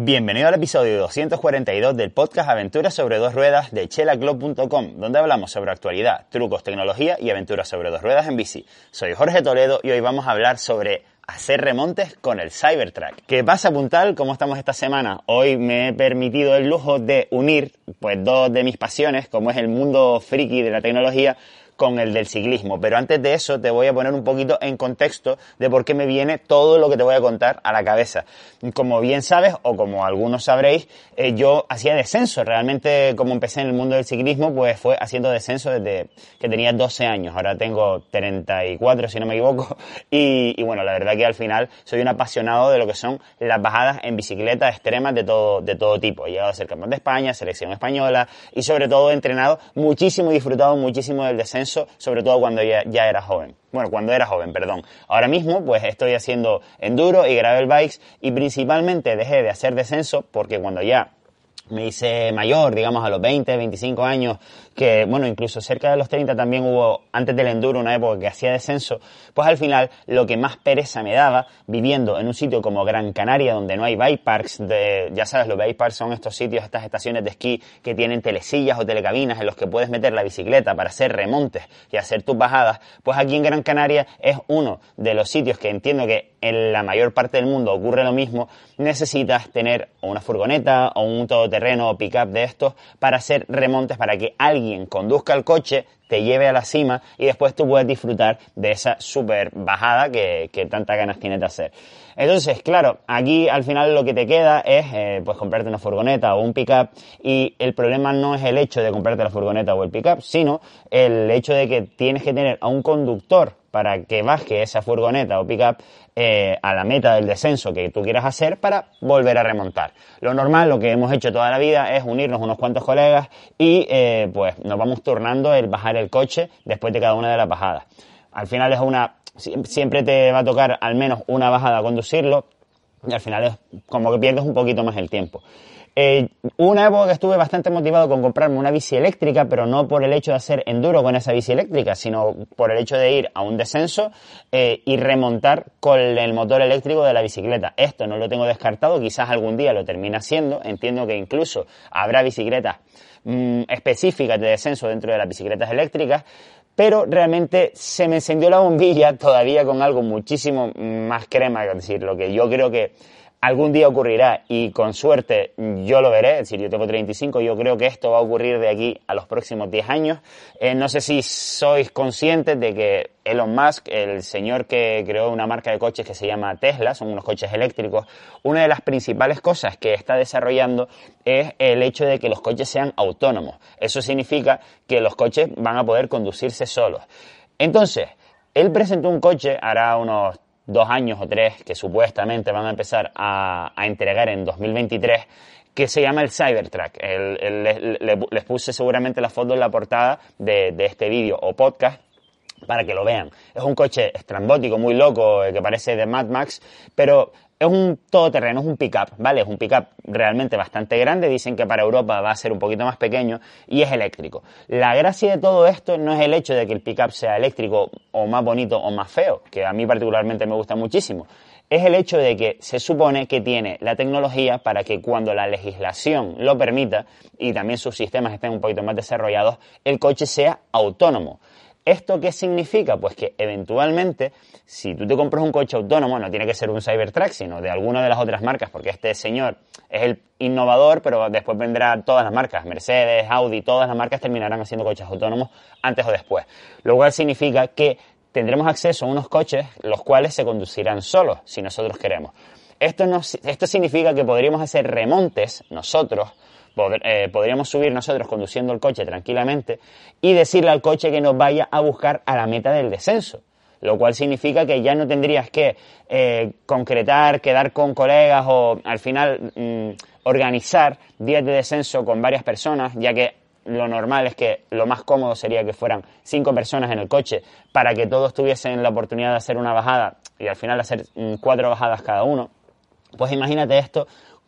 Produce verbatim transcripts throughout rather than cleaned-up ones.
Bienvenido al episodio doscientos cuarenta y dos del podcast Aventuras sobre dos ruedas de chelaclub punto com, donde hablamos sobre actualidad, trucos, tecnología y aventuras sobre dos ruedas en bici. Soy Jorge Toledo y hoy vamos a hablar sobre hacer remontes con el Cybertruck. ¿Qué pasa, Puntal? ¿Cómo estamos esta semana? Hoy me he permitido el lujo de unir pues dos de mis pasiones, como es el mundo friki de la tecnología, con el del ciclismo. Pero antes de eso te voy a poner un poquito en contexto de por qué me viene todo lo que te voy a contar a la cabeza. Como bien sabes, o como algunos sabréis, eh, yo hacía descenso. Realmente, como empecé en el mundo del ciclismo, pues fue haciendo descenso desde que tenía doce años. Ahora tengo treinta y cuatro, si no me equivoco. Y, y bueno, la verdad que al final soy un apasionado de lo que son las bajadas en bicicleta extremas de todo, de todo tipo. He llegado a ser campeón de España, selección española y sobre todo he entrenado muchísimo y disfrutado muchísimo del descenso, sobre todo cuando ya, ya era joven. Bueno, cuando era joven, perdón. Ahora mismo, pues estoy haciendo enduro y gravel bikes y principalmente dejé de hacer descenso porque cuando ya me hice mayor, digamos a los veinte, veinticinco años, que bueno, incluso cerca de los treinta también hubo, antes del enduro, una época que hacía descenso, pues al final lo que más pereza me daba, viviendo en un sitio como Gran Canaria, donde no hay bike parks, de, ya sabes, los bike parks son estos sitios, estas estaciones de esquí que tienen telesillas o telecabinas en los que puedes meter la bicicleta para hacer remontes y hacer tus bajadas, pues aquí en Gran Canaria es uno de los sitios que entiendo que en la mayor parte del mundo ocurre lo mismo. Necesitas tener una furgoneta o un todoterreno o pick-up de estos para hacer remontes, para que alguien conduzca el coche, te lleve a la cima y después tú puedes disfrutar de esa super bajada que, que tantas ganas tienes de hacer. Entonces, claro, aquí al final lo que te queda es eh, pues comprarte una furgoneta o un pick-up, y el problema no es el hecho de comprarte la furgoneta o el pick-up, sino el hecho de que tienes que tener a un conductor para que baje esa furgoneta o pick-up eh, a la meta del descenso que tú quieras hacer para volver a remontar. Lo normal, lo que hemos hecho toda la vida, es unirnos unos cuantos colegas y eh, pues nos vamos turnando el bajar el coche después de cada una de las bajadas. Al final es una... siempre te va a tocar al menos una bajada conducirlo y al final es como que pierdes un poquito más el tiempo. Eh, una época que estuve bastante motivado con comprarme una bici eléctrica, pero no por el hecho de hacer enduro con esa bici eléctrica, sino por el hecho de ir a un descenso eh, y remontar con el motor eléctrico de la bicicleta. Esto no lo tengo descartado, quizás algún día lo termine haciendo. Entiendo que incluso habrá bicicletas mmm, específicas de descenso dentro de las bicicletas eléctricas, pero realmente se me encendió la bombilla todavía con algo muchísimo más crema, es decir, lo que yo creo que algún día ocurrirá y con suerte yo lo veré. Es decir, yo tengo treinta y cinco, yo creo que esto va a ocurrir de aquí a los próximos diez años. Eh, no sé si sois conscientes de que Elon Musk, el señor que creó una marca de coches que se llama Tesla, son unos coches eléctricos, una de las principales cosas que está desarrollando es el hecho de que los coches sean autónomos. Eso significa que los coches van a poder conducirse solos. Entonces, él presentó un coche, hará unos dos años o tres, que supuestamente van a empezar a, a entregar en dos mil veintitrés, que se llama el Cybertruck. El, el, el, le, les puse seguramente la foto en la portada de, de este vídeo o podcast para que lo vean. Es un coche estrambótico, muy loco, que parece de Mad Max, pero es un todoterreno, es un pick-up, ¿vale? Es un pick-up realmente bastante grande. Dicen que para Europa va a ser un poquito más pequeño y es eléctrico. La gracia de todo esto no es el hecho de que el pick-up sea eléctrico o más bonito o más feo, que a mí particularmente me gusta muchísimo. Es el hecho de que se supone que tiene la tecnología para que cuando la legislación lo permita y también sus sistemas estén un poquito más desarrollados, el coche sea autónomo. ¿Esto qué significa? Pues que eventualmente, si tú te compras un coche autónomo, no tiene que ser un Cybertruck, sino de alguna de las otras marcas, porque este señor es el innovador, pero después vendrán todas las marcas, Mercedes, Audi, todas las marcas terminarán haciendo coches autónomos antes o después. Lo cual significa que tendremos acceso a unos coches los cuales se conducirán solos, si nosotros queremos. Esto, no, esto significa que podríamos hacer remontes nosotros, Pod, eh, podríamos subir nosotros conduciendo el coche tranquilamente y decirle al coche que nos vaya a buscar a la meta del descenso. Lo cual significa que ya no tendrías que eh, concretar, quedar con colegas o al final mmm, organizar días de descenso con varias personas, ya que lo normal es que lo más cómodo sería que fueran cinco personas en el coche para que todos tuviesen la oportunidad de hacer una bajada y al final hacer mmm, cuatro bajadas cada uno. Pues imagínate esto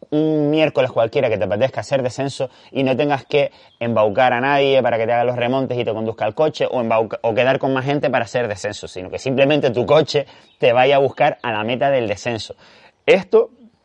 un miércoles cualquiera que te apetezca hacer descenso y no tengas que embaucar a nadie para que te haga los remontes y te conduzca al coche o, embauca, o quedar con más gente para hacer descenso, sino que simplemente tu coche te vaya a buscar a la meta del descenso. Esto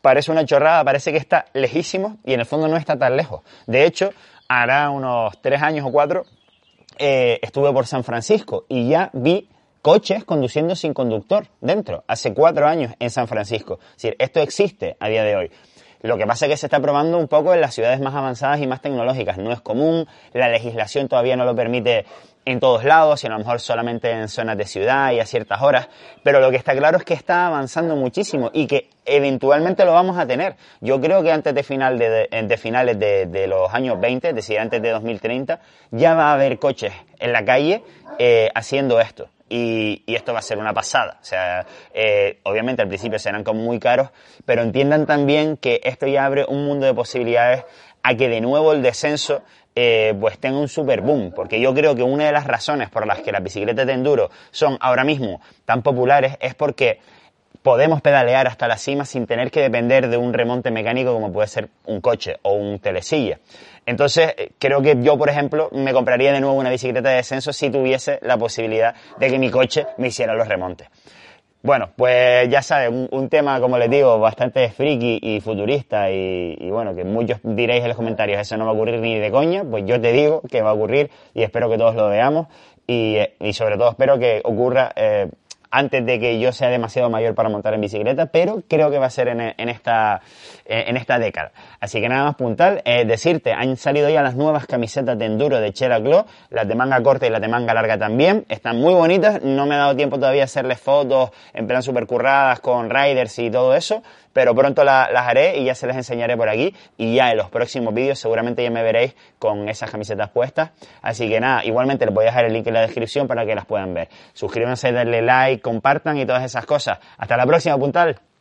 parece una chorrada, parece que está lejísimo y en el fondo no está tan lejos. De hecho, hará unos tres años o cuatro eh, estuve por San Francisco y ya vi coches conduciendo sin conductor dentro, hace cuatro años en San Francisco. Es decir, esto existe a día de hoy. Lo que pasa es que se está probando un poco en las ciudades más avanzadas y más tecnológicas. No es común, la legislación todavía no lo permite en todos lados, sino a lo mejor solamente en zonas de ciudad y a ciertas horas. Pero lo que está claro es que está avanzando muchísimo y que eventualmente lo vamos a tener. Yo creo que antes de, final de, de, de finales de, de los años veinte, es decir, antes de dos mil treinta, ya va a haber coches en la calle eh, haciendo esto. Y, y esto va a ser una pasada. O sea, eh, obviamente al principio serán como muy caros, pero entiendan también que esto ya abre un mundo de posibilidades a que de nuevo el descenso eh, pues tenga un super boom. Porque yo creo que una de las razones por las que las bicicletas de enduro son ahora mismo tan populares es porque podemos pedalear hasta la cima sin tener que depender de un remonte mecánico como puede ser un coche o un telesilla. Entonces, creo que yo, por ejemplo, me compraría de nuevo una bicicleta de descenso si tuviese la posibilidad de que mi coche me hiciera los remontes. Bueno, pues ya sabes, un, un tema, como les digo, bastante friki y futurista y, y bueno, que muchos diréis en los comentarios, eso no va a ocurrir ni de coña, pues yo te digo que va a ocurrir y espero que todos lo veamos y, y sobre todo espero que ocurra eh, antes de que yo sea demasiado mayor para montar en bicicleta, pero creo que va a ser en, en, esta, en esta década. Así que nada más puntual, eh, decirte, han salido ya las nuevas camisetas de enduro de Txela Klo, las de manga corta y las de manga larga también, están muy bonitas, no me he dado tiempo todavía a hacerles fotos en plan super curradas con riders y todo eso, pero pronto la, las haré y ya se les enseñaré por aquí y ya en los próximos vídeos seguramente ya me veréis con esas camisetas puestas. Así que nada, igualmente les voy a dejar el link en la descripción para que las puedan ver. Suscríbanse, denle like, compartan y todas esas cosas. Hasta la próxima, puntal.